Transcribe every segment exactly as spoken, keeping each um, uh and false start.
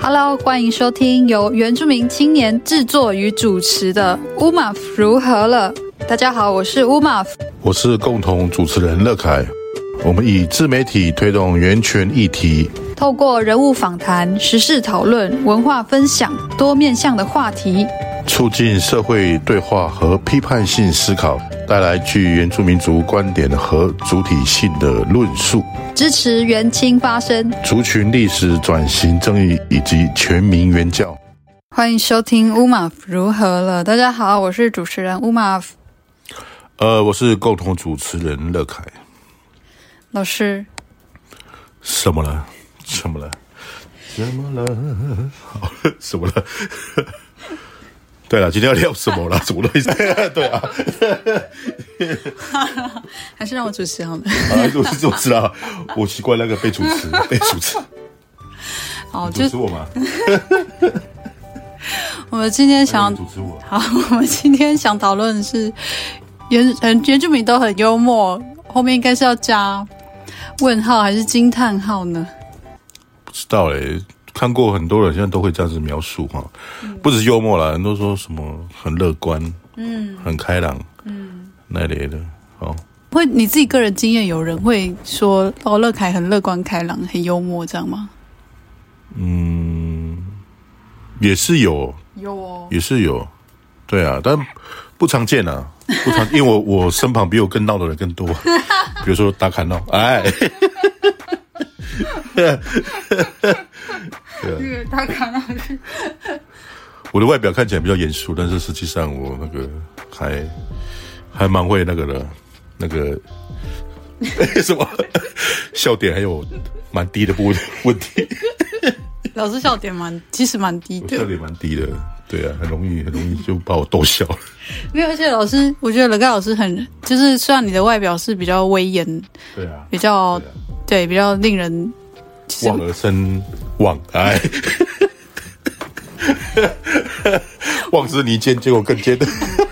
Hello， 欢迎收听由原住民青年制作与主持的乌马夫如何了。大家好，我是乌马夫， 我是共同主持人乐凯。我们以自媒体推动原权议题， 透过人物访谈、时事讨论、文化分享多面向的话题， 促进社会对话和批判性思考，带来具原住民族观点和主体性的论述， 支持原青发声， 族群历史转型正义以及全民原教。 欢迎收听乌马夫如何了。大家好，我是主持人乌马夫。 呃，我是共同主持人乐凯。 老师， 什么了？什么了？怎么了？好了，什么了？对了，今天要聊什么了？什么东西？对啊， 还是让我主持好了。 好了，我是主持啦，我习惯那个被主持，被主持。 好， 主持我吗？ 我们今天想主持我。 好，我们今天想讨论的是原原住民都很幽默，后面应该是要加问号还是惊叹号呢？ 不知道嘞，看过很多人现在都会这样子描述哈，嗯、不只是幽默啦，很多说什么很乐观，嗯，很开朗，嗯，那类的，哦。 会你自己个人经验，有人会说哦，乐凯很乐观开朗，很幽默，这样吗？ 嗯，也是有， 有哦， 也是有，对啊，但不常见啊，不常，因为我我身旁比我更闹的人更多，比如说达卡闹，哎。 对，他看到是我的外表看起来比较严肃，但是实际上我那个还还蛮会那个的，那个什么笑点还有蛮低的部问题。 老师笑点蛮其实蛮低的， 笑点蛮低的，对啊，很容易很容易就把我逗笑了。 没有，而且老师，我觉得乐凯老师很就是虽然你的外表是比较威严， 对啊， 比较。对，比较令人望而生望，哎，望之弥坚，结果更坚。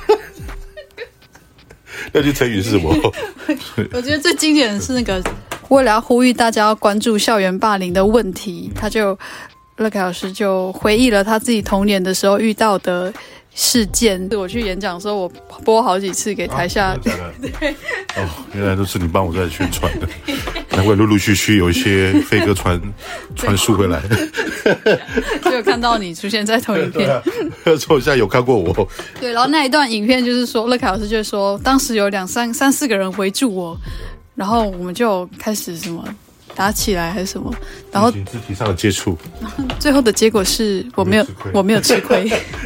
那句成语是什么？ 我觉得最经典的是那个，为了要呼吁大家要关注校园霸凌的问题，他就乐凯老师就回忆了他自己童年的时候遇到的事件。我去演讲的时候，我播好几次给台下。啊、 对，哦，原来都是你帮我在宣传的，难怪陆陆续续有一些飞鸽传传书回来， 就有看到你出现在投影片。 说一下有看过我。对， 然后那一段影片就是说，乐凯老师就说，当时有两三三四个人围住我，然后我们就开始什么。打起来还是什么？然后肢体上的接触， 最后的结果是我没有，我没有吃亏。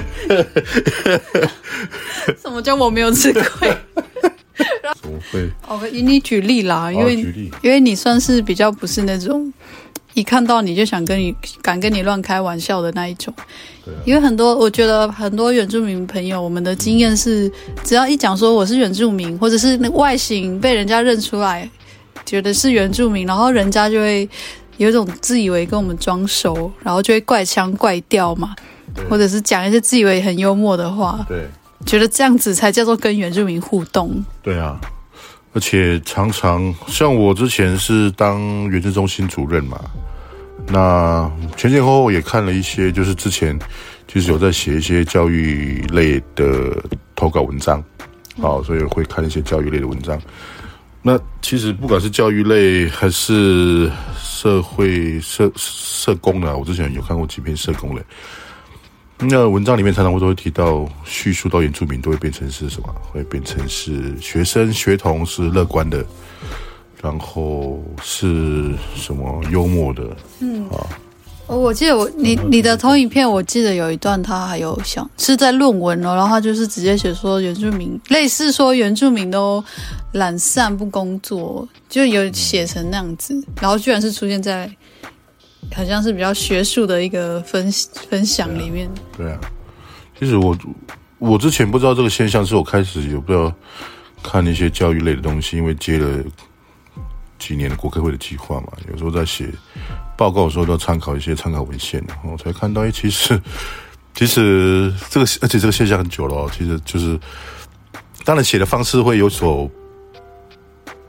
什么叫我没有吃亏？ 怎么会？ 哦，以你举例啦，因为、哦、因为你算是比较不是那种一看到你就想跟你敢跟你乱开玩笑的那一种。对啊、因为很多我觉得很多原住民朋友，我们的经验是，只要一讲说我是原住民，或者是那外形被人家认出来。觉得是原住民，然后人家就会有一种自以为跟我们装熟，然后就会怪腔怪调嘛，或者是讲一些自以为很幽默的话，对，觉得这样子才叫做跟原住民互动。 对啊，而且常常像我之前是当原治中心主任嘛，那前前后后也看了一些，就是之前其实有在写一些教育类的投稿文章，好、嗯，所以会看一些教育类的文章。那其实不管是教育类还是社会社社工呢，我之前有看过几篇社工类。那文章里面常常会都会提到，叙述到原住民都会变成是什么？会变成是学生学童是乐观的，然后是什么幽默的，嗯啊。 我记得我你你的投影片，我记得有一段他还有想是在论文哦，然后他就是直接写说原住民类似说原住民都懒散不工作，就有写成那样子，然后居然是出现在好像是比较学术的一个分分享里面。 对啊，其实我我之前不知道这个现象，是我开始有不知道看一些教育类的东西，因为接了几年的国科会的计划嘛，有时候在写报告的时候都要参考一些参考文献，然后才看到，哎，其实其实这个，而且这个现象很久了哦，其实就是，当然写的方式会有所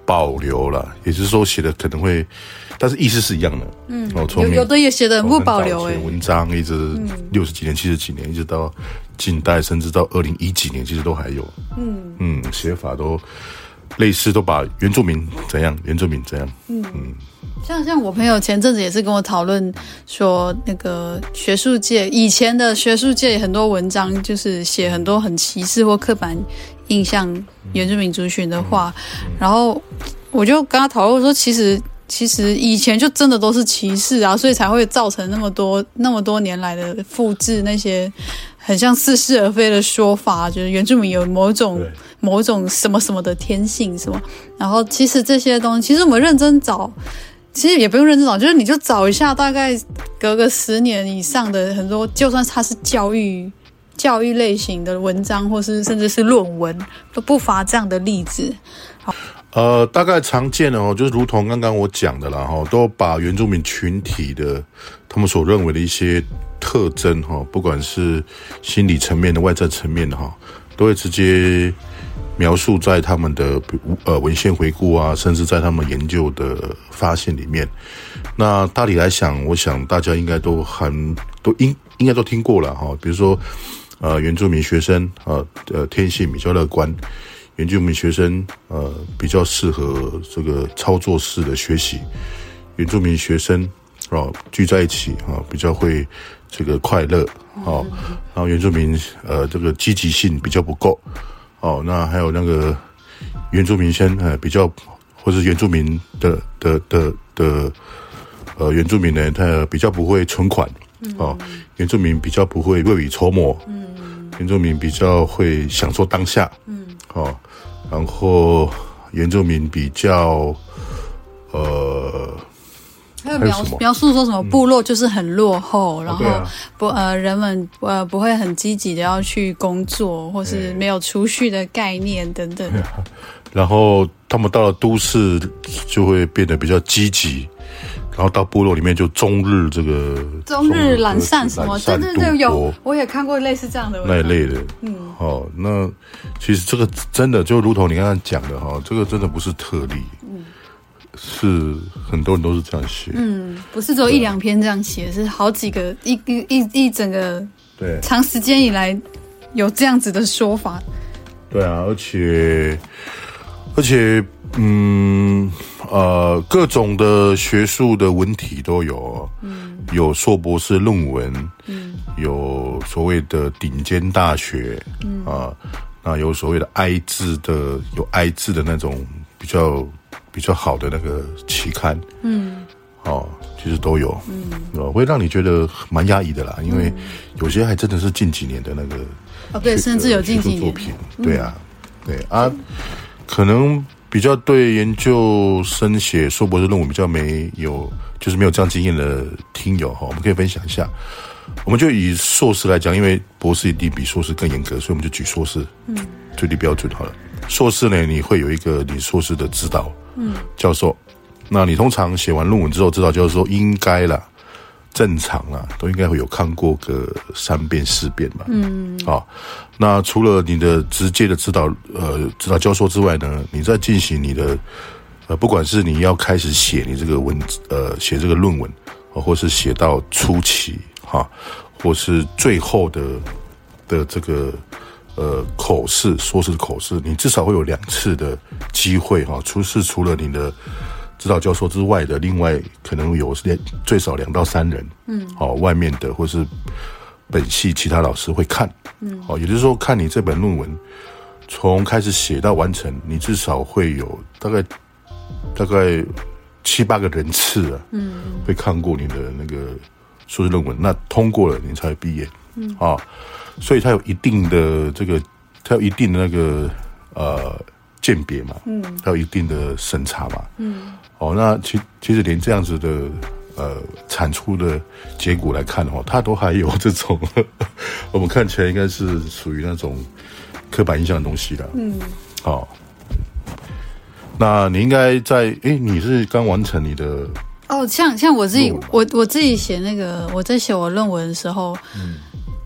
保留了，也就是说写的可能会，但是意思是一样的。 嗯，哦、有有的也写的很不保留哎、 欸，文章一直六十几年、七十几年，一直到近代，甚至到二零一几年，其实都还有。嗯嗯，写法都类似，都把原住民怎样，原住民怎样。嗯嗯， 像像我朋友前阵子也是跟我讨论说，那个学术界以前的学术界很多文章就是写很多很歧视或刻板印象原住民族群的话，嗯嗯、然后我就跟他讨论说，其实其实以前就真的都是歧视啊，所以才会造成那么多那么多年来的复制那些很像似是而非的说法，就是原住民有某种某种什么什么的天性什么，然后其实这些东西，其实我们认真找。其实也不用认真找，就是你就找一下，大概隔个十年以上的很多，就算它是教育教育类型的文章，或是甚至是论文，都不乏这样的例子。好， 呃，大概常见的哦，就是如同刚刚我讲的啦，哈，都把原住民群体的他们所认为的一些特征哈，不管是心理层面的、外在层面的哈，都会直接描述在他们的呃文献回顾啊，甚至在他们研究的发现里面。那大体来讲，我想大家应该都很都应应该都听过了哈。比如说，呃，原住民学生呃呃天性比较乐观，原住民学生呃比较适合这个操作式的学习，原住民学生哦聚在一起啊比较会这个快乐哦，然后原住民呃这个积极性比较不够。哦，那还有那个原住民生呃比较，或是原住民的的的的呃原住民呢，他比较不会存款，哦，原住民比较不会未雨绸缪，嗯，原住民比较会享受当下，嗯，哦，然后原住民比较呃。 还有描描述说什么部落就是很落后，嗯、然后不、啊、呃人们呃不会很积极的要去工作，或是没有储蓄的概念等等。 然后他们到了都市就会变得比较积极，然后到部落里面就终日这个终日懒散什么，对对对，有我也看过类似这样的文那一类的。嗯，好、哦，那其实这个真的就如同你刚刚讲的哈，这个真的不是特例。嗯。是很多人都是这样写， 嗯，不是只有一两篇这样写，是好几个一一一一整个，对，长时间以来有这样子的说法。 对啊，而且而且，嗯呃，各种的学术的文体都有，嗯，有硕博士论文，嗯，有所谓的顶尖大学，嗯啊，那有所谓的 I 字的，有 I 字的那种比较。比较好的那个期刊，嗯，哦，其实都有，嗯，会让你觉得蛮压抑的啦，因为有些还真的是近几年的那个， 哦，对，甚至有近几年作品，对啊，对啊，可能比较对研究生写硕博士论文比较没有，就是没有这样经验的听友哈，我们可以分享一下。我们就以硕士来讲，因为博士一定比硕士更严格，所以我们就举硕士，嗯，最低标准好了。硕士呢，你会有一个你硕士的指导，嗯，教授。那你通常写完论文之后，指导教授应该啦，正常啦，都应该会有看过个三遍四遍嘛，嗯，好、哦。那除了你的直接的指导，呃，指导教授之外呢，你在进行你的，呃，不管是你要开始写你这个文，呃，写这个论文，哦、或是写到初期，哈、哦，或是最后的的这个。呃，口试，硕士口试，你至少会有两次的机会哈。除是除了你的指导教授之外的，另外可能有最少两到三人，嗯，好、哦，外面的或是本系其他老师会看，嗯，好、哦，也就是说，看你这本论文从开始写到完成，你至少会有大概大概七八个人次啊，嗯，会看过你的那个硕士论文，那通过了你才毕业，嗯，啊、哦。所以它有一定的这个，它有一定的那个呃鉴别嘛，嗯，它有一定的审查嘛，嗯，哦，那其其实连这样子的呃产出的结果来看的话，它都还有这种，呵呵我们看起来应该是属于那种刻板印象的东西啦，嗯，好、哦，那你应该在，诶，你是刚完成你的哦，像像我自己，我我自己写那个我在写我论文的时候，嗯。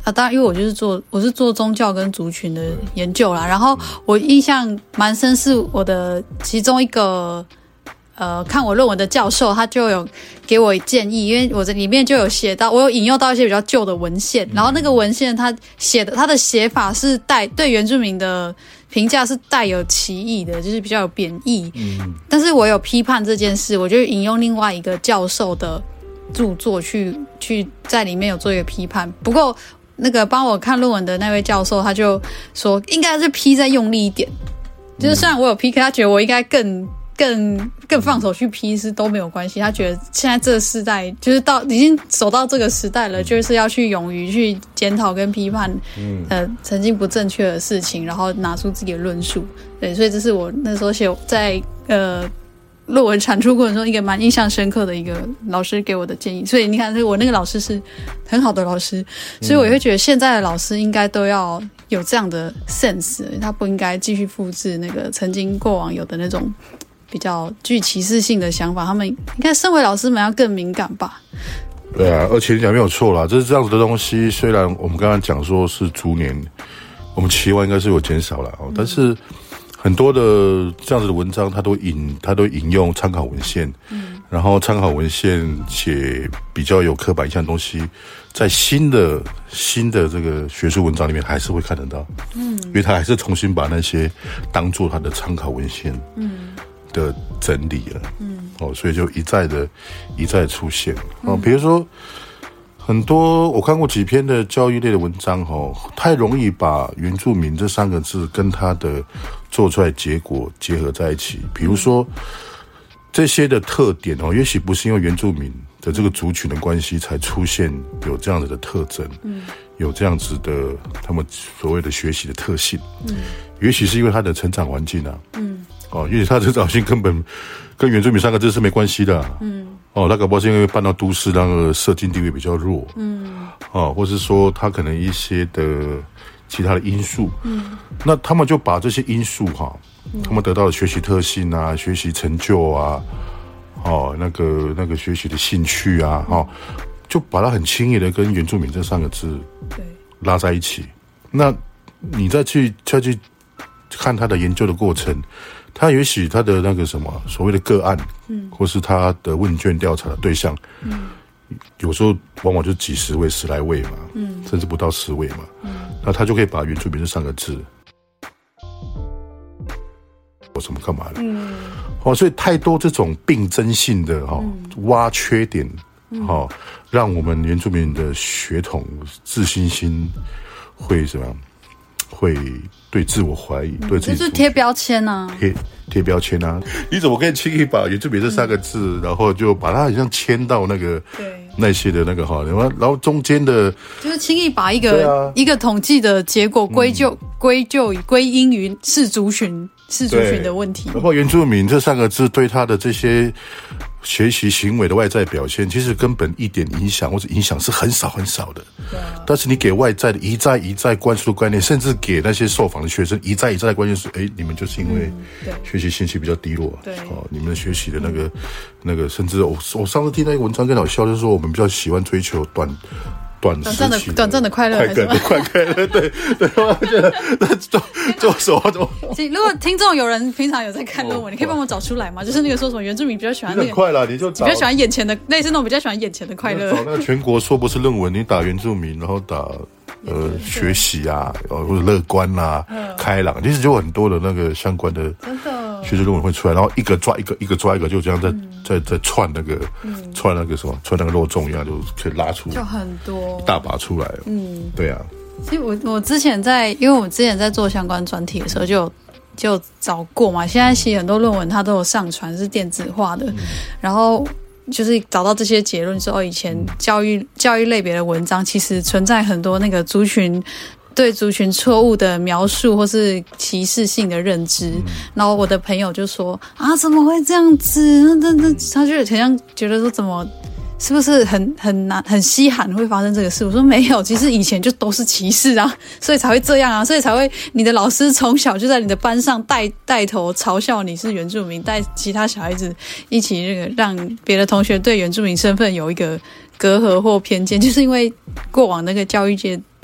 啊，当然因为我就是做我是做宗教跟族群的研究啦，然后我印象蛮深是我的其中一个呃看我论文的教授，他就有给我建议，因为我这里面就有写到，我有引用到一些比较旧的文献，然后那个文献他写的他的写法是带对原住民的评价是带有歧义的，就是比较有贬义。嗯，但是我有批判这件事，我就引用另外一个教授的著作去去在里面有做一个批判。不过那个帮我看论文的那位教授，他就说应该是批再用力一点。就是虽然我有批，可他觉得我应该更更更放手去批是都没有关系。他觉得现在这个时代就是到已经走到这个时代了，就是要去勇于去检讨跟批判，嗯，呃，曾经不正确的事情，然后拿出自己的论述。对，所以这是我那时候写在呃论文产出过程中一个蛮印象深刻的一个老师给我的建议。所以你看，我那个老师是很好的老师，所以我会觉得现在的老师应该都要有这样的 sense， 他不应该继续复制那个曾经过往有的那种比较具歧视性的想法，他们应该身为老师们要更敏感吧。 对啊，而且你讲没有错啦，就是这样子的东西，虽然我们刚刚讲说是逐年我们期望应该是有减少了、嗯、但是很多的这样子的文章它都引它都引用参考文献、嗯、然后参考文献且比较有刻板印象的东西，在新的新的这个学术文章里面还是会看得到，嗯，因为他还是重新把那些当做他的参考文献，嗯的整理了，嗯，哦，所以就一再的一再出现，哦，比如说很多我看过几篇的教育类的文章，哦，太容易把原住民这三个字跟他的做出来结果结合在一起，比如说这些的特点，哦，也许不是因为原住民的这个族群的关系才出现有这样子的特征，嗯，有这样子的他们所谓的学习的特性，嗯，也许是因为他的成长环境啊，嗯。哦，因为他的成长性根本跟原住民三个字是没关系的、啊。嗯。哦，他搞不好是因为搬到都市，那个社经地位比较弱。嗯。哦，或是说他可能一些的其他的因素。嗯。那他们就把这些因素哈、嗯，他们得到的学习特性啊、学习成就啊，哦，那个那个学习的兴趣啊，哈、哦，就把它很轻易的跟原住民这三个字对拉在一起。那你再去再去看他的研究的过程。他也许他的那个什么所谓的个案，嗯，或是他的问卷调查的对象，嗯，有时候往往就几十位、十来位嘛，嗯，甚至不到十位嘛，嗯，那他就可以把原住民这三个字，我什么干嘛的，嗯，哦，所以太多这种病症性的哈、哦嗯、挖缺点，哈、哦，让我们原住民的血统自信心会怎么样？会对自我怀疑，嗯、对自己就是贴标签啊， 贴贴标签啊！你怎么可以轻易把原住民这三个字，嗯、然后就把它好像签到那个对那些的那个哈，然后然后中间的， 就是轻易把一个、啊、一个统计的结果归咎、嗯、归咎归因于是族群是族群的问题， 然后原住民这三个字对他的这些学习行为的外在表现，其实根本一点影响或者影响是很少很少的。对啊。但是你给外在的一再一再灌输观念，甚至给那些受访的学生一再一再的观念是：哎，你们就是因为学习兴趣比较低落，对哦，你们学习的那个、嗯、那个，甚至我我上次听那个文章更好笑，就是说我们比较喜欢追求短。短短暂的短暂的快乐， 快乐快快乐，对对，我觉得那做做什么做。 如果听众有人平常有在看论文，哦、你可以帮我找出来吗？就是那个说什么原住民比较喜欢那个快了，你就找比较喜欢眼前的，类似那种比较喜欢眼前的快乐。 找那个全国硕博士论文，你打原住民，然后打呃学习啊，呃或者乐观啊、嗯、开朗，其实就有很多的那个相关的真的学术论文会出来，然后一个抓一个，一个抓一个，就这样在、嗯、在在串那个、嗯、串那个什么串那个肉粽一样，就可以拉出就很多一大把出来了。嗯，对啊。 其实我我之前在，因为我之前在做相关专题的时候就有就有找过嘛。现在其实很多论文它都有上传是电子化的，嗯、然后就是找到这些结论之后，以前教育教育类别的文章其实存在很多那个族群。对族群错误的描述或是歧视性的认知，嗯、然后我的朋友就说啊，怎么会这样子？那那他就好像觉得说怎么是不是很很难很稀罕会发生这个事？我说没有，其实以前就都是歧视啊，所以才会这样啊，所以才会你的老师从小就在你的班上带带头嘲笑你是原住民，带其他小孩子一起那个让别的同学对原住民身份有一个隔阂或偏见，就是因为过往那个教育界。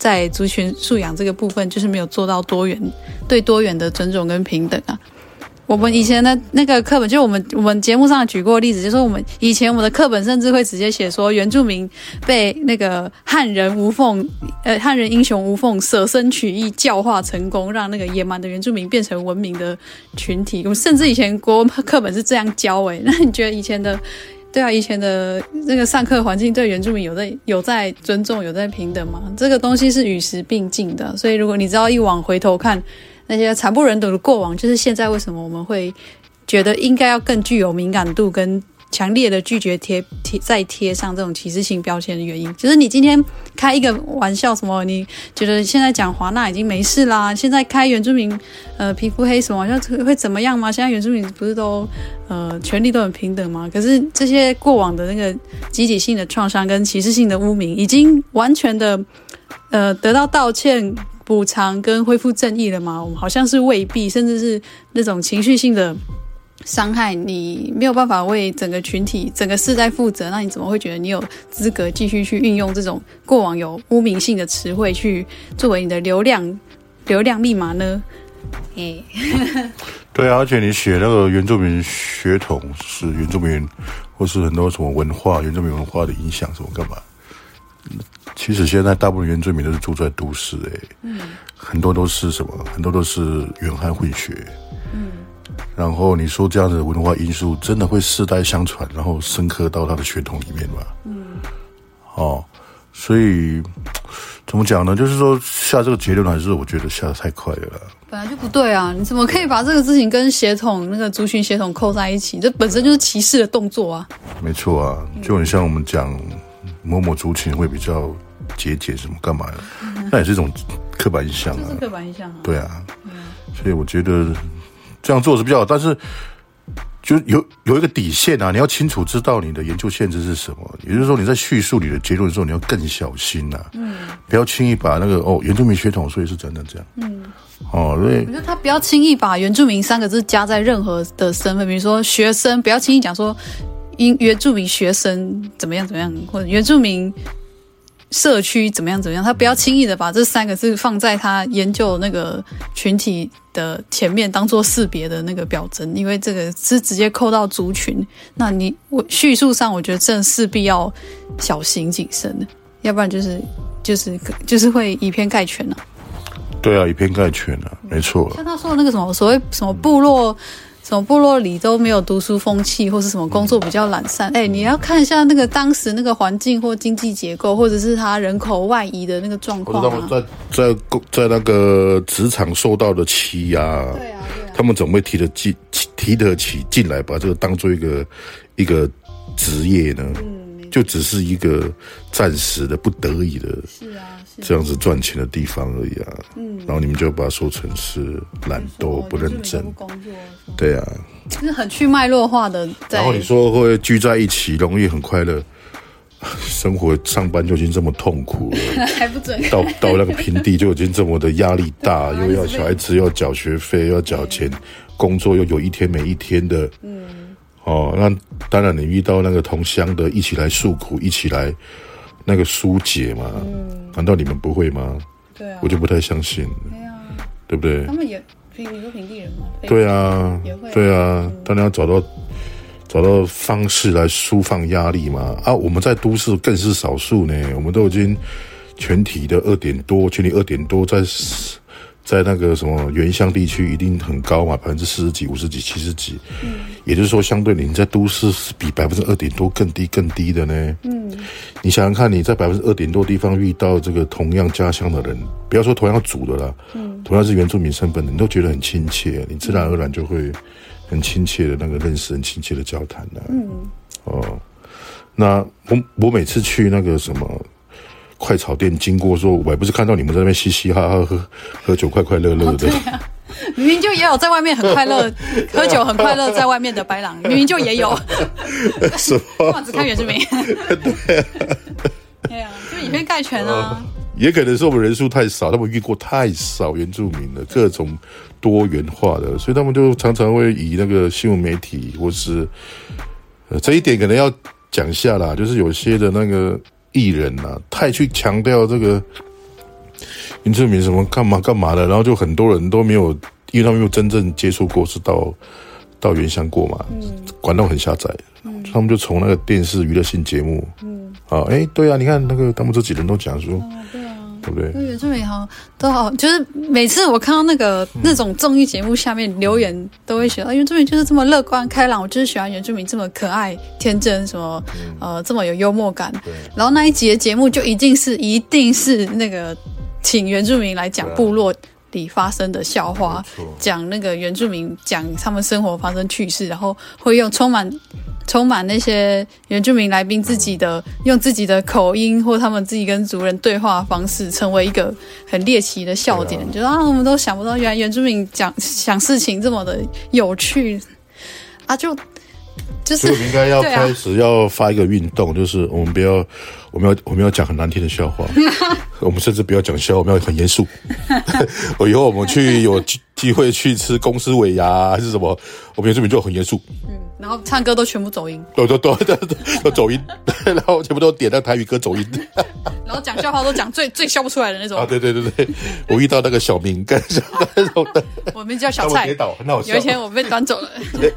在族群素养这个部分就是没有做到多元对多元的尊重跟平等啊。我们以前的那个课本，就是我们我们节目上举过的例子，就是说我们以前我们的课本甚至会直接写说原住民被那个汉人无缝呃汉人英雄无缝舍身取义教化成功，让那个野蛮的原住民变成文明的群体。我们甚至以前国文课本是这样教诶、欸，那你觉得以前的对啊以前的那个上课环境对原住民有在有在尊重有在平等吗？这个东西是与时并进的，所以如果你知道一往回头看。那些惨不忍睹的过往，就是现在为什么我们会觉得应该要更具有敏感度跟强烈的拒绝贴贴再贴上这种歧视性标签的原因。就是你今天开一个玩笑什么，你觉得现在讲华纳已经没事啦，现在开原住民呃皮肤黑什么好像会怎么样吗？现在原住民不是都呃权利都很平等吗？可是这些过往的那个集体性的创伤跟歧视性的污名已经完全的呃得到道歉补偿跟恢复正义了吗？我们好像是未必，甚至是那种情绪性的伤害，你没有办法为整个群体、整个世代负责，那你怎么会觉得你有资格继续去运用这种过往有污名性的词汇去作为你的流量流量密码呢？欸、 对啊，而且你写那个原住民血统是原住民，或是很多什么文化、原住民文化的影响什么干嘛？其实现在大部分原住民都是住在都市、欸，嗯，很多都是什么？很多都是原汉混血，嗯，然后你说这样的文化因素真的会世代相传，然后深刻到他的血统里面吗？嗯，哦，所以怎么讲呢？就是说下这个结论还是我觉得下得太快了啦。 本来就不对啊！你怎么可以把这个事情跟血统那个族群血统扣在一起？这本身就是歧视的动作啊！没错啊，就很像我们讲。某某族群会比较节俭什么干嘛的，那也是一种刻板印象啊， 就是刻板印象啊。 对啊，嗯、所以我觉得这样做是比较好，但是就有有一个底线啊，你要清楚知道你的研究限制是什么。也就是说，你在叙述你的结论的时候，你要更小心啊，嗯，不要轻易把那个哦原住民血统，所以是怎样这样，嗯，哦，对， 我觉得他不要轻易把原住民三个字加在任何的身份，比如说学生，不要轻易讲说。因原住民学生怎么样怎么样，或者原住民社区怎么样怎么样，他不要轻易的把这三个字放在他研究那个群体的前面当做识别的那个表征，因为这个是直接扣到族群，那你我叙述上我觉得真的势必要小心谨慎的，要不然就是就是就是会以偏概全啊。 对啊，以偏概全啊，没错。 像他说的那个什么所谓什么部落。什么部落里都没有读书风气，或是什么工作比较懒散。哎、欸，你要看一下那个当时那个环境或经济结构，或者是他人口外移的那个状况、啊。 他们在在在那个职场受到的欺压、啊，对啊，对啊，他们怎么会提得进提得起进来，把这个当做一个一个职业呢？嗯，就只是一个暂时的、不得已的，是啊，是这样子赚钱的地方而已啊。嗯，然后你们就把它说成是懒惰、不认真。对啊， 就是很去脉络化的。 然后你说会聚在一起，容易很快乐，生活上班就已经这么痛苦了， 还不准到到那个平地就已经这么的压力大，又要小孩子要缴学费，又要缴钱，工作又有一天没一天的。嗯，哦，那当然你遇到那个同乡的，一起来诉苦，一起来那个疏解嘛。嗯，难道你们不会吗？对啊，我就不太相信。对啊，对不对？ 他们也。你说平地人吗？ 对啊，对啊，当然要找到找到方式来抒放压力嘛。啊，我们在都市更是少数呢，我们都已经全体的二点多，全体二点多，在在那个什么原乡地区一定很高嘛，百分之四十几、五十几、七十几。嗯，也就是说，相对你在都市是比百分之二点多更低、更低的呢。嗯，你想想看，你在百分之二点多地方遇到这个同样家乡的人，不要说同样族的啦，嗯，同样是原住民身份的，你都觉得很亲切，你自然而然就会很亲切的那个认识、很亲切的交谈的。嗯，哦，那我我每次去那个什么。快炒店经过说，我还不是看到你们在那边嘻嘻哈哈喝喝酒，快快乐乐的。哦对啊， 明明就也有在外面很快乐喝酒很快乐在外面的白狼，明明就也有。 什么？ 哇，只看原住民。 对啊， 对啊，就以偏概全啊。 呃、也可能是我们人数太少，他们遇过太少原住民了，各种多元化的，所以他们就常常会以那个新闻媒体或是呃这一点可能要讲一下啦，就是有些的那个。艺人啊，太去强调这个原住民什么干嘛干嘛的，然后就很多人都没有，因为他们没有真正接触过，是到到原乡过嘛，嗯、管道很狭窄，嗯、他们就从那个电视娱乐性节目，嗯，啊，哎，对啊，你看那个他们这几人都讲说，哦、对啊，对不对？ 原住民好都好，就是每次我看到那个、嗯、那种综艺节目下面留言，都会写啊，原住民就是这么乐观开朗，我就是喜欢原住民这么可爱天真，什么、嗯、呃这么有幽默感。然后那一集的节目就一定是一定是那个请原住民来讲部落里发生的笑话，讲那个原住民讲他们生活发生趣事，然后会用充满充满那些原住民来宾自己的、嗯、用自己的口音或他们自己跟族人对话的方式，成为一个很猎奇的笑点。就是啊，我们都想不到原来原住民讲想事情这么的有趣啊，就就是。 所以我们应该要开始要发一个运动，啊、就是我们不要，我们要我们要讲很难听的笑话，我们甚至不要讲笑话，我们要很严肃。我以后我们去有机会去吃公司尾牙还是什么，我们原住民就很严肃。 嗯，然后唱歌都全部走音。 对对对对对，都走音，然后全部都点那台语歌走音。 然后讲笑话都讲最最笑不出来的那种。 啊，对对对对，我遇到那个小明跟小那种的， 我名叫小蔡， 跌倒很好笑。 有一天我被端走了。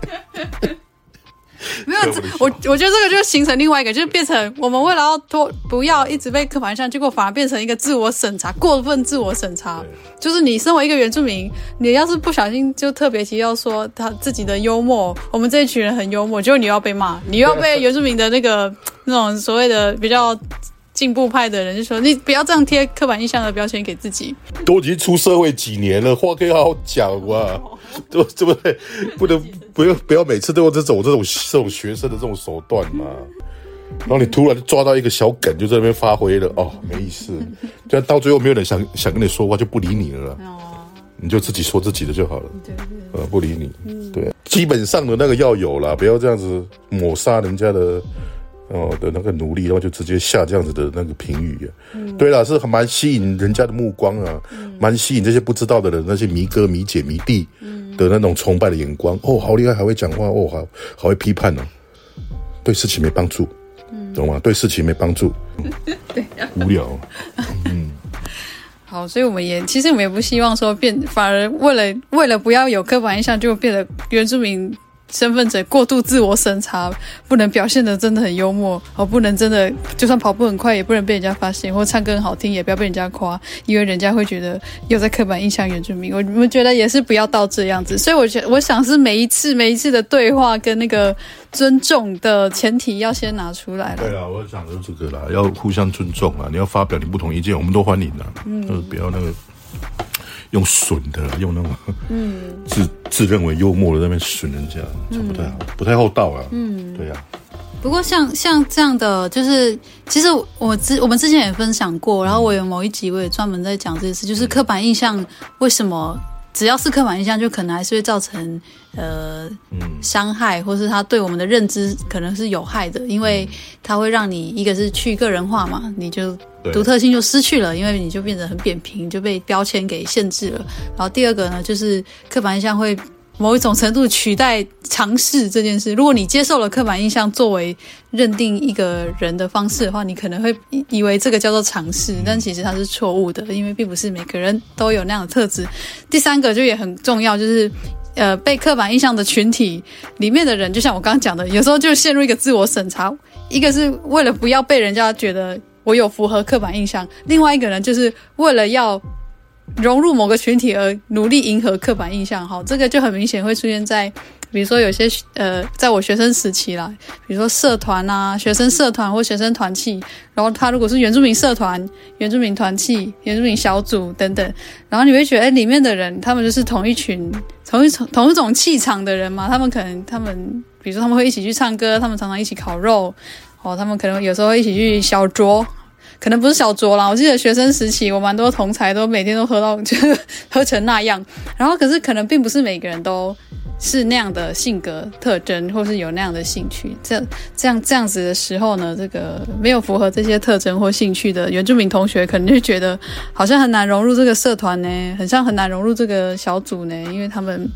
没有，我我觉得这个就形成另外一个，就是变成我们为了要多不要一直被刻板印象，结果反而变成一个自我审查，过分自我审查。就是你身为一个原住民，你要是不小心就特别提到说他自己的幽默，我们这一群人很幽默，结果你又要被骂，你又要被原住民的那个那种所谓的比较进步派的人就说，你不要这样贴刻板印象的标签给自己。 都已经出社会几年了，话可以好好讲啊，对对不对？不能不要不要每次都用这种这种这种学生的这种手段嘛。然后你突然抓到一个小梗，就在那边发挥了，哦，没意思。就到最后没有人想想跟你说话，就不理你了啦。你就自己说自己的就好了。对对，呃，不理你。嗯、对，基本上的那个要有啦，不要这样子抹杀人家的。哦的那个努力，然后就直接下这样子的那个评语啊，嗯、对啦，是蛮吸引人家的目光啊，蛮、嗯、吸引这些不知道的人，那些迷哥、迷姐、迷弟的那种崇拜的眼光。哦，好厉害，还会讲话，哦，好好会批判哦，对事情没帮助，嗯、懂吗？对事情没帮助，对、啊，无聊，嗯。 好，所以我们也其实我们也不希望说变，反而为了为了不要有刻板印象，就变得原住民身份者过度自我审查，不能表现得真的很幽默，哦，不能真的就算跑步很快也不能被人家发现，或唱歌很好听也不要被人家夸，因为人家会觉得又在刻板印象原住民。我们觉得也是不要到这样子，所以我觉得我想是每一次每一次的对话跟那个尊重的前提要先拿出来了。 对啊，我想的是这个啦，要互相尊重啊，你要发表你不同意见，我们都欢迎啦，嗯，就是不要那个。用损的，用那种嗯自自认为幽默的在那边损人家，这不太好，不太厚道啊。嗯，对啊。 不过像像这样的，就是其实我之我们之前也分享过，然后我有某一集我也专门在讲这件事，就是刻板印象为什么只要是刻板印象，就可能还是会造成呃嗯伤害，或是它对我们的认知可能是有害的，因为它会让你一个是去个人化嘛，你就独特性就失去了，因为你就变得很扁平，就被标签给限制了。然后第二个呢，就是刻板印象会某一种程度取代尝试这件事。如果你接受了刻板印象作为认定一个人的方式的话，你可能会以为这个叫做尝试，但其实它是错误的，因为并不是每个人都有那样的特质。第三个就也很重要，就是呃，被刻板印象的群体里面的人，就像我刚刚讲的，有时候就陷入一个自我审查，一个是为了不要被人家觉得我有符合刻板印象，另外一个人就是为了要融入某个群体而努力迎合刻板印象。好，这个就很明显会出现在比如说有些呃，在我学生时期啦，比如说社团啊，学生社团或学生团契，然后他如果是原住民社团、原住民团契、原住民小组等等，然后你会觉得，哎，里面的人他们就是同一群、同一种、同一种气场的人嘛，他们可能他们，比如说他们会一起去唱歌，他们常常一起烤肉，哦，他们可能有时候会一起去小酌。可能不是小酌啦，我记得学生时期我蛮多同才都每天都喝到就是喝成那样，然后可是可能并不是每个人都是那样的性格特征，或是有那样的兴趣，这这样这样子的时候呢，这个没有符合这些特征或兴趣的原住民同学可能就觉得好像很难融入这个社团呢，很像很难融入这个小组呢，因为他们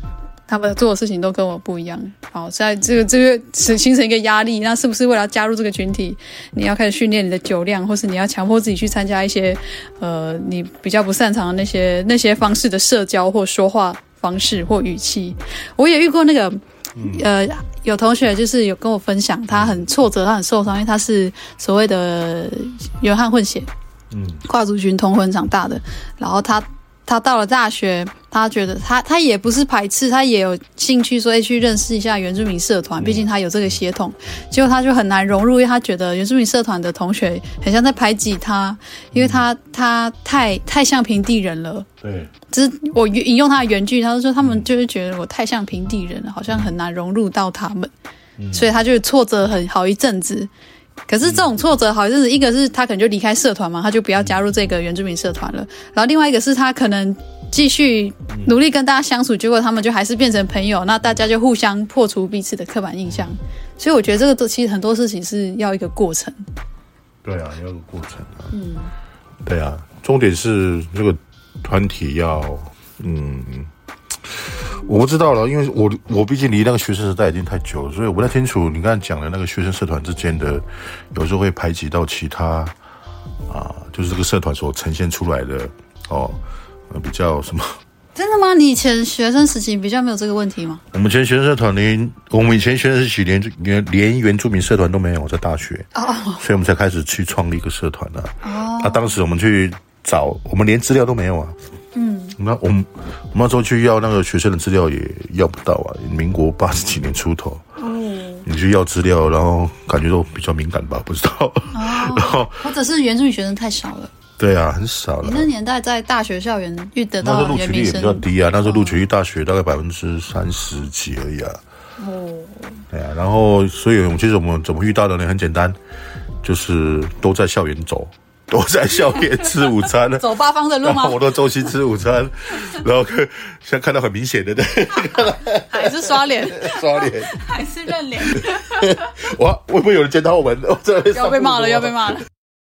他们做的事情都跟我不一样。好，在这个这个形成一个压力，那是不是为了加入这个群体，你要开始训练你的酒量，或是你要强迫自己去参加一些呃你比较不擅长的那些那些方式的社交或说话方式或语气？我也遇过那个。呃，有同学就是有跟我分享，他很挫折，他很受伤，因为他是所谓的原汉混血，嗯，跨族群同婚长大的，然后他他到了大学，他觉得他他也不是排斥，他也有兴趣说去认识一下原住民社团，毕竟他有这个血统，结果他就很难融入，因为他觉得原住民社团的同学很像在排挤他，因为他他太太像平地人了。 对， 只是我引用他的原句，他就说他们就是觉得我太像平地人了，好像很难融入到他们，嗯、所以他就挫折很好一阵子。可是这种挫折好一阵子，一个是他可能就离开社团嘛，他就不要加入这个原住民社团了，然后另外一个是他可能继续努力跟大家相处，结果他们就还是变成朋友，那大家就互相破除彼此的刻板印象。所以我觉得这个都其实很多事情是要一个过程。 对啊，要一个过程啊。嗯，对啊，重点是这个团体要，嗯，我不知道了，因为我我毕竟离那个学生时代已经太久了，所以我不太清楚你刚才讲的那个学生社团之间的，有时候会排挤到其他啊，就是这个社团所呈现出来的哦，比较什么。 真的吗？你以前学生时期比较没有这个问题吗？ 我们以前学生社团连我们以前学生时期连连连原住民社团都没有，在大学哦，所以我们才开始去创立一个社团啊。哦，那、啊、当时我们去找，我们连资料都没有啊。嗯，那我们我们那时候去要那个学生的资料也要不到啊，民国八十几年出头。嗯，你去要资料，然后感觉都比较敏感吧，不知道。哦，然后或者是原住民学生太少了。 对啊，很少了。 你那年代在大学校园遇得到的原民生，那时候录取率也比较低啊。那时候录取率大学大概百分之三十几而已啊。哦，对啊。然后，所以我们其实我们怎么遇到的呢？很简单，就是都在校园走，都在校园吃午餐， 走八方的路吗？ 我都周期吃午餐，然后现在看到很明显的，对， 还是刷脸， 刷脸， 还是认脸。 哇，会不会有人检讨我们？ 要被骂了，要被骂了。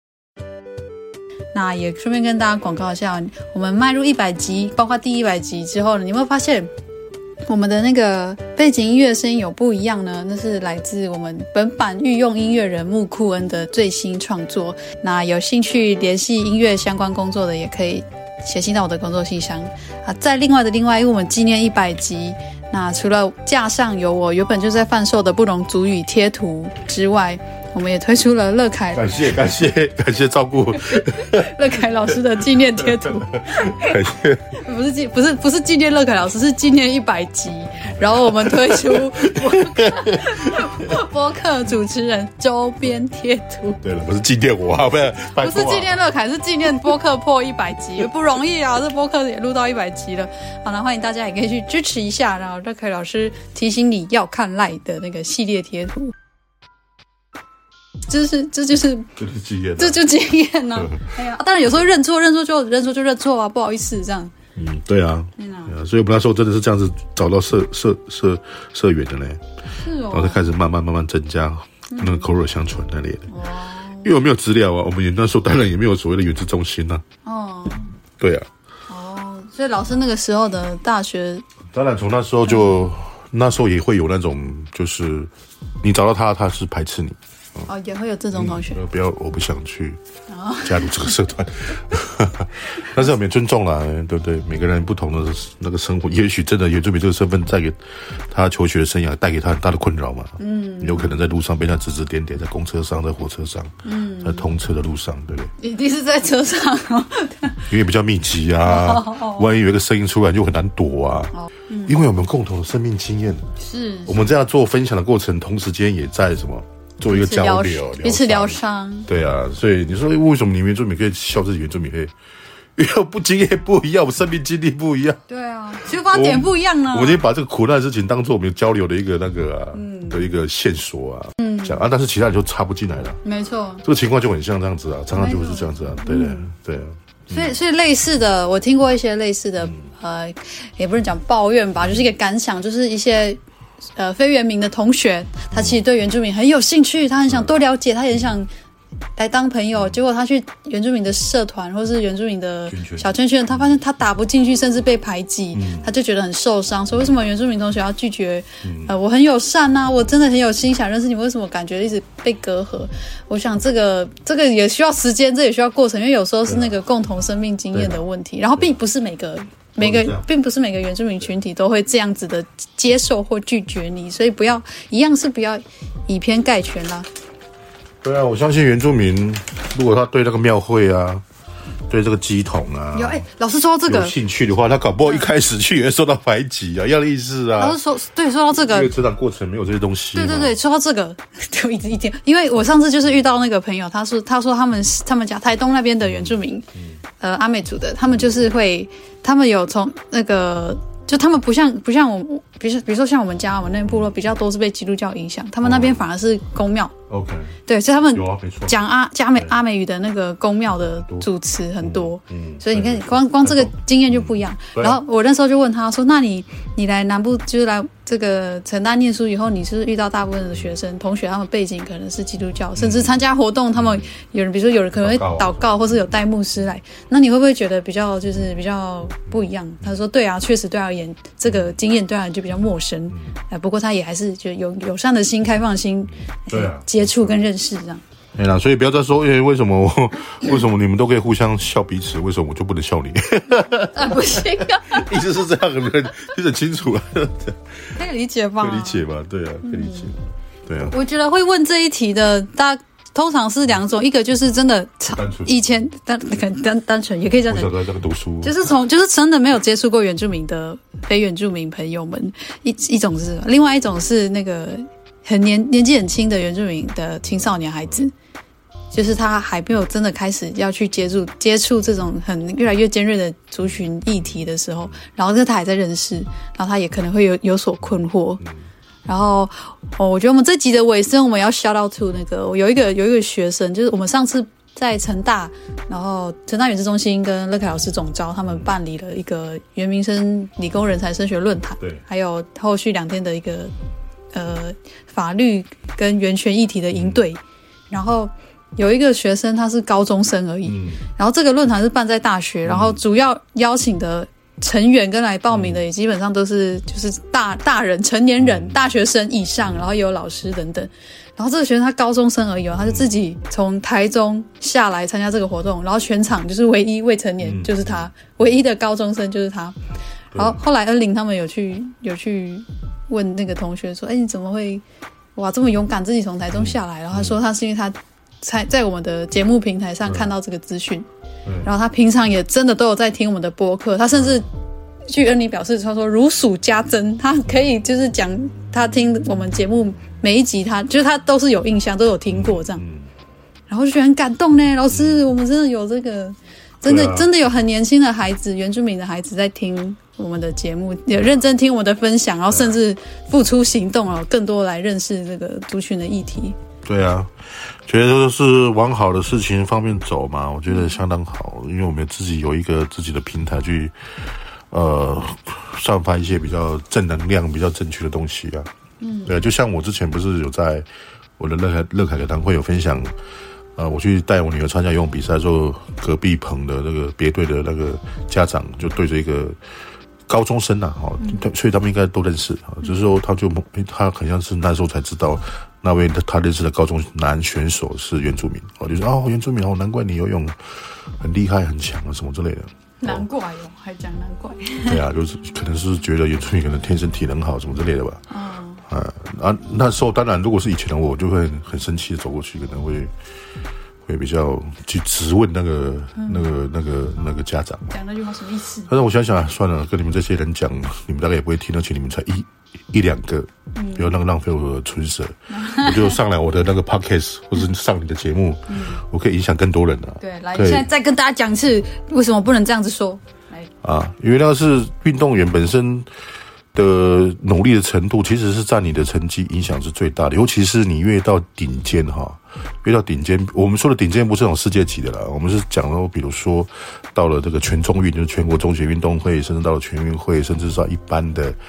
那也顺便跟大家广告一下，我们迈入一百集，包括第一百集之后呢，你有没有发现我们的那个背景音乐声音有不一样呢？那是来自我们本版御用音乐人木库恩的最新创作。那有兴趣联系音乐相关工作的，也可以写信到我的工作信箱啊。在另外的另外，因为我们纪念一百集，那除了架上有我原本就在贩售的不同族语贴图之外，我们也推出了乐凯， 感谢感谢感谢照顾乐凯老师的纪念贴图， 感谢不是纪不是不是纪念乐凯老师，是纪念一百集。然后我们推出播客播客主持人周边贴图。 对了，不是纪念我啊，不是不是纪念乐凯，是纪念播客破一百集，不容易啊！这播客也录到一百集了。好了，欢迎大家也可以去支持一下。然后乐凯老师提醒你要看 LINE 的那个系列贴图。这是这就是这是经验、啊， 这就经验呢、啊。哎呀，当然有时候认错，认错就认错就认错啊，不好意思这样。 嗯，对啊，对啊，所以我们那时候真的是这样子找到社社社社员的呢， 是哦， 然后再开始慢慢慢慢增加那个口耳相传那类的。哦、嗯，因为我没有资料啊，我们也那时候当然也没有所谓的原子中心啊。哦，对啊。 哦，所以老师那个时候的大学， 当然从那时候就、嗯、那时候也会有那种，就是你找到他，他是排斥你。 哦，也会有这种同学。 嗯、不要，我不想去加入这个社团，但是我们也尊重啦，对不对？每个人不同的那个生活，也许真的原住民这个身份带给他求学生涯带给他很大的困扰嘛。嗯，有可能在路上被他指指点点，在公车上，在火车上，嗯，在通车的路上，对不对？ 一定是在车上哦， 因为比较密集啊，哦哦、万一有一个声音出来，就很难躲啊。哦嗯、因为我们有共同的生命经验， 是我们这样做分享的过程，同时间也在什么？做一个交流， 彼此疗伤。 对啊，所以你说为什么你原住民可以笑自己原住民可以？因为不经验不一样，我们生命经历不一样。 对啊，出发点不一样呢。 我们已经把这个苦难的事情当做我们交流的一个那个啊、嗯、的一个线索啊，嗯，讲啊，但是其他人就插不进来了。 没错， 这个情况就很像这样子啊，常常就会是这样子啊，对的，嗯、对啊。 所以，所以类似的，我听过一些类似的，嗯、呃，也不是讲抱怨吧，就是一个感想，就是一些。呃，非原民的同学，他其实对原住民很有兴趣，他很想多了解，他也很想来当朋友，结果他去原住民的社团或是原住民的小圈圈，他发现他打不进去，甚至被排挤，嗯、他就觉得很受伤。说为什么原住民同学要拒绝？嗯、呃，我很友善啊，我真的很有心想认识你，为什么感觉一直被隔阂？我想这个这个也需要时间，这也需要过程，因为有时候是那个共同生命经验的问题，然后并不是每个。每个并不是每个原住民群体都会这样子的接受或拒绝你，所以不要一样是不要以偏概全啦。 对啊，我相信原住民如果他对那个庙会啊，对这个乩童啊， 有哎、欸，老师说到这个有兴趣的话，他搞不好一开始去也会受到排挤啊，一样的意思啊。 老师说，对，说到这个， 因为成长过程没有这些东西。 对对对，说到这个，就一直一点，因为我上次就是遇到那个朋友，他说他说他们他们家台东那边的原住民，嗯、呃阿美族的，他们就是会，他们有从那个。就他们不像不像我，比如比如说像我们家我们那边部落比较多是被基督教影响，他们那边反而是公庙。 OK， 对，所以他们讲阿阿美阿美语的那个公庙的主持很多，嗯，所以你看光光这个经验就不一样。然后我那时候就问他说：“那你你来南部就是来这个成大念书以后，你是不是遇到大部分的学生同学，他们背景可能是基督教，甚至参加活动，他们有人比如说有人可能会祷告，或是有带牧师来，那你会不会觉得比较就是比较不一样？”他说：“对啊，确实对而言，这个经验对而言就比较陌生。哎，不过他也还是就有友善的心、开放的心， 对啊。” 接触跟认识这样， 对啦，所以不要再说，欸、为什么我为什么你们都可以互相笑彼此，为什么我就不能笑你？ 啊，不行啊！ 意思是这样，很很清楚了， 可以理解吧？ 可以理解吧？对啊，可以理解。嗯、对啊， 我觉得会问这一题的，大家通常是两种，一个就是真的以前单单单纯，也可以这样讲， 在这个读书， 就是从就是真的没有接触过原住民的非原住民朋友们，一一种是，另外一种是那个。很年年纪很轻的原住民的青少年孩子，就是他还没有真的开始要去接触接触这种很越来越尖锐的族群议题的时候，然后他还在认识，然后他也可能会有有所困惑。然后哦，我觉得我们这集的尾声，我们要 shout out to 那个有一个有一个学生，就是我们上次在成大，然后成大原子中心跟乐凯老师总召他们办理了一个原民生理工人才升学论坛，对，还有后续两天的一个。呃，法律跟原权议题的营队，然后有一个学生他是高中生而已，嗯、然后这个论坛是办在大学，嗯、然后主要邀请的成员跟来报名的也基本上都是就是大大人、成年人、大学生以上，然后也有老师等等。然后这个学生他高中生而已哦，他就自己从台中下来参加这个活动，然后全场就是唯一未成年就是他，嗯、唯一的高中生就是他。然后后来恩玲他们有去有去问那个同学说：“哎，你怎么会哇这么勇敢，自己从台中下来？”然后他说他是因为他在在我们的节目平台上看到这个资讯，然后他平常也真的都有在听我们的播客，他甚至据恩玲表示，他说如数家珍，他可以就是讲他听我们节目每一集他，他就是他都是有印象，都有听过这样，然后就觉得很感动呢。老师，我们真的有这个，真的、啊、真的有很年轻的孩子，原住民的孩子在听我们的节目，也认真听我们的分享，然后甚至付出行动，然后更多来认识这个族群的议题。 对啊，觉得就是往好的事情方面走嘛，我觉得相当好，因为我们自己有一个自己的平台去呃散发一些比较正能量、比较正确的东西啊。嗯，对，就像我之前不是有在我的乐凯乐凯课堂会有分享。呃，我去带我女儿参加游泳比赛的时候，隔壁棚的那个别队的那个家长就对着一个高中生啊，哦，嗯、所以他们应该都认识啊。就是说，他就他好像是那时候才知道，那位他认识的高中男选手是原住民，哦，就说哦，原住民哦，难怪你游泳很厉害、很强啊，什么之类的。 难怪哦，还讲难怪。 对啊，就是可能是觉得原住民可能天生体能好，什么之类的吧。嗯。啊啊，那时候当然，如果是以前的我，我就会很生气的走过去，可能会会比较去质问那个、嗯、那个那个那个家长， 讲那句话什么意思？ 但是我想想啊，算了，跟你们这些人讲，你们大概也不会听，而且你们才一一两个，嗯、不要浪浪费我的唇舌，我就上来我的那个 podcast 或是上你的节目，嗯、我可以影响更多人啊。 对，来，现在再跟大家讲一次，为什么不能这样子说？来啊，因为那是运动员本身的努力的程度，其实是占你的成绩影响是最大的，尤其是你越到顶尖哈，越到顶尖，我们说的顶尖不是那种世界级的啦，我们是讲到比如说到了这个全中运，就是全国中学运动会，甚至到了全运会，甚至是到一般的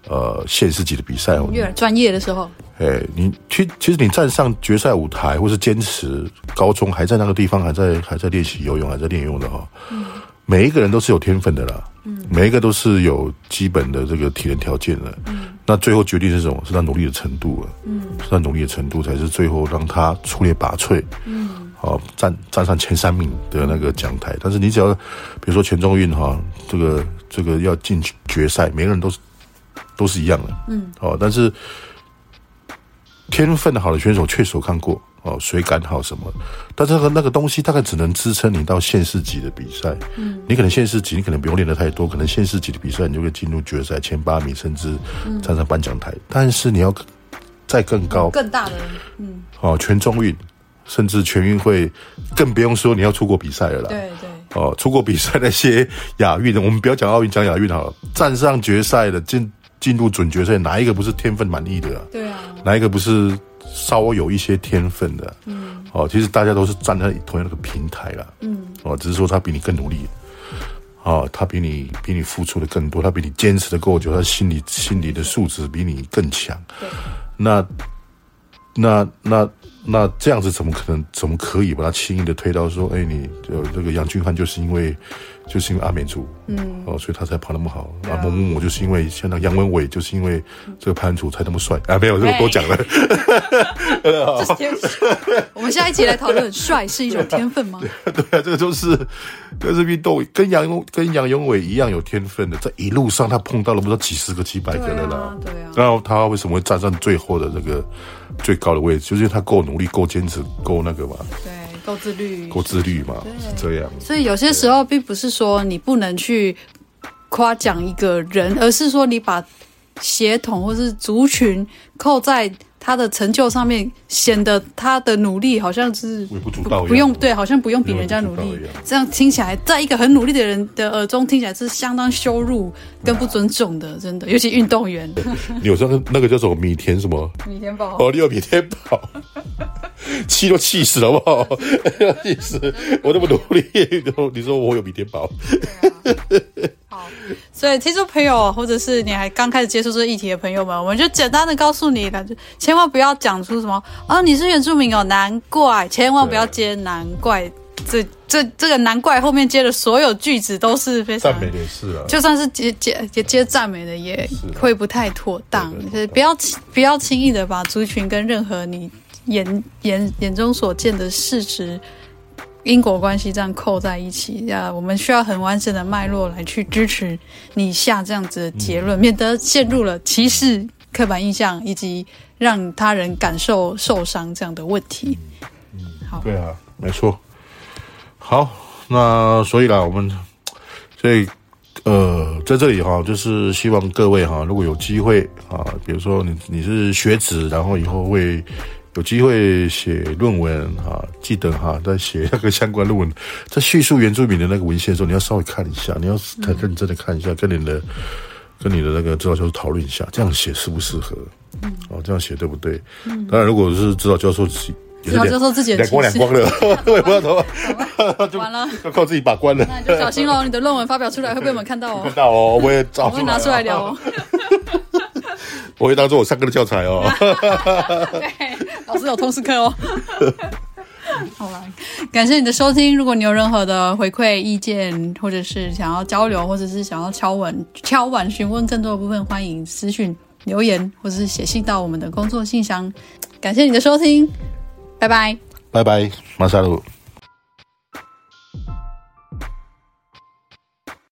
呃县市级的比赛， 越来专业的时候， 哎，你其其实你站上决赛舞台，或是坚持高中还在那个地方还在还在练习游泳，还在练游泳的哈，嗯，每一个人都是有天分的啦，嗯，每一个都是有基本的这个体能条件的，嗯，那最后决定是什么？是他努力的程度了，嗯，是他努力的程度才是最后让他出类拔萃，嗯。好，站站上前三名的那个讲台，但是你只要，比如说全中运哈，这个这个要进决赛，每个人都是都是一样的，嗯，哦，但是天分好的选手确实我看过，哦，水感好什么，但是那个那个东西大概只能支撑你到县市级的比赛，嗯，你可能县市级你可能不用练得太多，可能县市级的比赛你就会进入决赛前八名，甚至站上颁奖台，嗯，但是你要再更高， 更大的，嗯， 哦，全中运。甚至全运会，更不用说你要出国比赛了啦。 对对。 哦，出国比赛那些亚运的，我们不要讲奥运，讲亚运好了。站上决赛的，进进入准决赛，哪一个不是天分满意的啊？ 对啊。 哪一个不是稍微有一些天分的？嗯。哦，其实大家都是站在同样的平台啦。嗯。哦，只是说他比你更努力。哦，他比你比你付出的更多，他比你坚持的够久，他心理心理的素质比你更强。对。那那那。那这样子怎么可能？怎么可以把他轻易的推到说，哎、欸，你呃这个杨俊翰就是因为就是因为阿美族，嗯，哦，所以他才跑那么好。啊，某某某就是因为像那杨文伟就是因为这个潘楚才那么帅啊，没有这个多讲了。 这是天分。我们下一集来讨论，帅是一种天分吗？ 对, 对啊，这个就是这是运动，跟杨跟杨永伟一样有天分的，在一路上他碰到了不知道几十个、几百个的啦。对啊。对啊，然后他为什么会站上最后的这个最高的位置？就是因为他够努力、够坚持、够那个嘛。对。 够自律， 够自律嘛，是这样。 所以有些时候并不是说你不能去夸奖一个人，而是说你把协同或是族群扣在他的成就上面，显得他的努力好像是微不足道， 不用对，好像不用比人家努力。这样听起来，在一个很努力的人的耳中听起来是相当羞辱跟不尊重的，真的，尤其运动员。 你有时候那个叫什么米田什么？ 米田宝哦，你有米田宝。气都气死了，好不好？气死！我那么努力，你说我有米田宝？ 好，所以听众朋友，或者是你还刚开始接触这个议题的朋友们，我们就简单的告诉你了，就千万不要讲出什么啊，你是原住民哦，难怪，千万不要接难怪。这这这个难怪后面接的所有句子都是非常赞美的事啊， 就算是接接接赞美的也会不太妥当，就是不要不要轻易的把族群跟任何你眼眼眼中所见的事实因果关系这样扣在一起啊，我们需要很完整的脉络来去支持你下这样子的结论，嗯、免得陷入了歧视、刻板印象以及让他人感受受伤这样的问题。 嗯，好，对啊，没错。好，那所以啦，我们所以呃，在这里哈，就是希望各位哈，如果有机会啊，比如说你你是学子，然后以后会有机会写论文哈，记得哈，在写那个相关论文，在叙述原住民的那个文献的时候，你要稍微看一下，你要很认真的看一下，跟你的跟你的那个指导教授讨论一下，这样写适不适合？嗯，哦，这样写对不对？嗯，当然，如果是指导教授指导教授自己两光两光了，我也不知道怎么， 就完了， 要靠自己把关了。 那你就小心喽，你的论文发表出来会被我们看到哦。 看到哦，我也找出来，我会拿出来聊哦。 我会当做我上课的教材哦。 对，老师有通识课哦。好啦，感谢你的收听。如果你有任何的回馈意见，或者是想要交流，或者是想要敲碗敲碗询问更多的部分，欢迎私讯留言，或者是写信到我们的工作信箱。感谢你的收听。拜拜， 拜拜，马萨鲁。